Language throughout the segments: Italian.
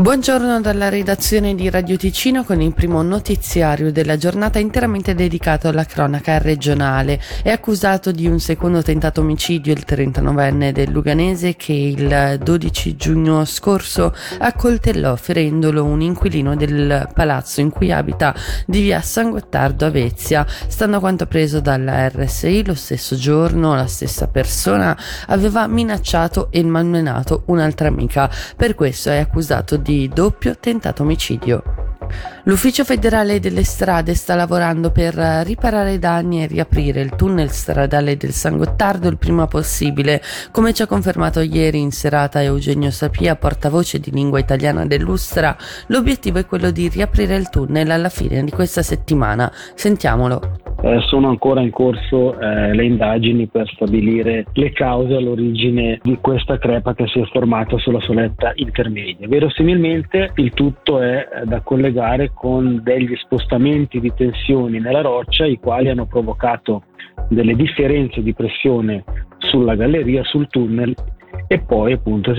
Buongiorno dalla redazione di Radio Ticino con il primo notiziario della giornata interamente dedicato alla cronaca regionale. È accusato di un secondo tentato omicidio il 39enne del Luganese che il 12 giugno scorso accoltellò ferendolo un inquilino del palazzo in cui abita di via San Gottardo a Vezia. Stando a quanto preso dalla RSI, lo stesso giorno la stessa persona aveva minacciato e malmenato un'altra amica. Per questo è accusato di doppio tentato omicidio. L'Ufficio federale delle strade sta lavorando per riparare i danni e riaprire il tunnel stradale del San Gottardo il prima possibile. Come ci ha confermato ieri in serata Eugenio Sapia, portavoce di lingua italiana dell'Ustra, l'obiettivo è quello di riaprire il tunnel alla fine di questa settimana. Sentiamolo. Sono ancora in corso le indagini per stabilire le cause all'origine di questa crepa che si è formata sulla soletta intermedia. Verosimilmente il tutto è da collegare con degli spostamenti di tensioni nella roccia, i quali hanno provocato delle differenze di pressione sulla galleria, sul tunnel, e poi appunto si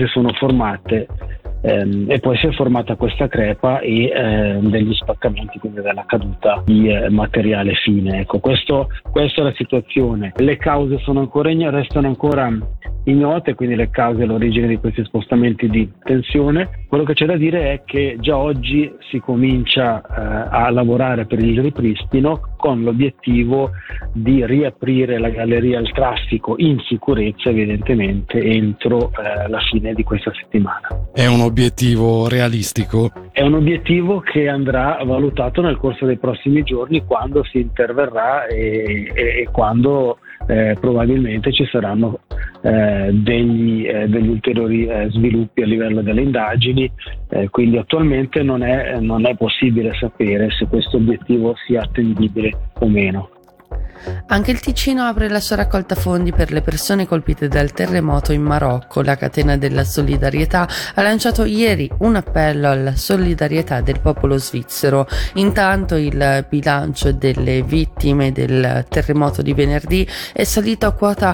è formata questa crepa e degli spaccamenti, quindi della caduta di materiale fine. Ecco, questa è la situazione. Le cause restano ancora ignote, quindi le cause e l'origine di questi spostamenti di tensione. Quello che c'è da dire è che già oggi si comincia a lavorare per il ripristino con l'obiettivo di riaprire la galleria al traffico in sicurezza, evidentemente entro la fine di questa settimana. È un obiettivo realistico? È un obiettivo che andrà valutato nel corso dei prossimi giorni, quando si interverrà e quando probabilmente ci saranno degli ulteriori sviluppi a livello delle indagini, quindi attualmente non è possibile sapere se questo obiettivo sia attendibile o meno. Anche il Ticino apre la sua raccolta fondi per le persone colpite dal terremoto in Marocco. La catena della solidarietà ha lanciato ieri un appello alla solidarietà del popolo svizzero. Intanto il bilancio delle vittime del terremoto di venerdì è salito a quota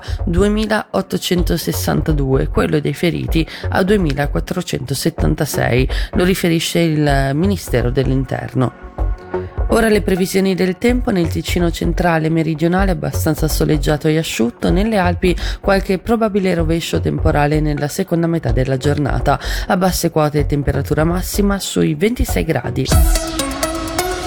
2.862, quello dei feriti a 2.476, lo riferisce il Ministero dell'Interno. Ora le previsioni del tempo: nel Ticino centrale e meridionale abbastanza soleggiato e asciutto, nelle Alpi qualche probabile rovescio temporale nella seconda metà della giornata, a basse quote temperatura massima sui 26 gradi.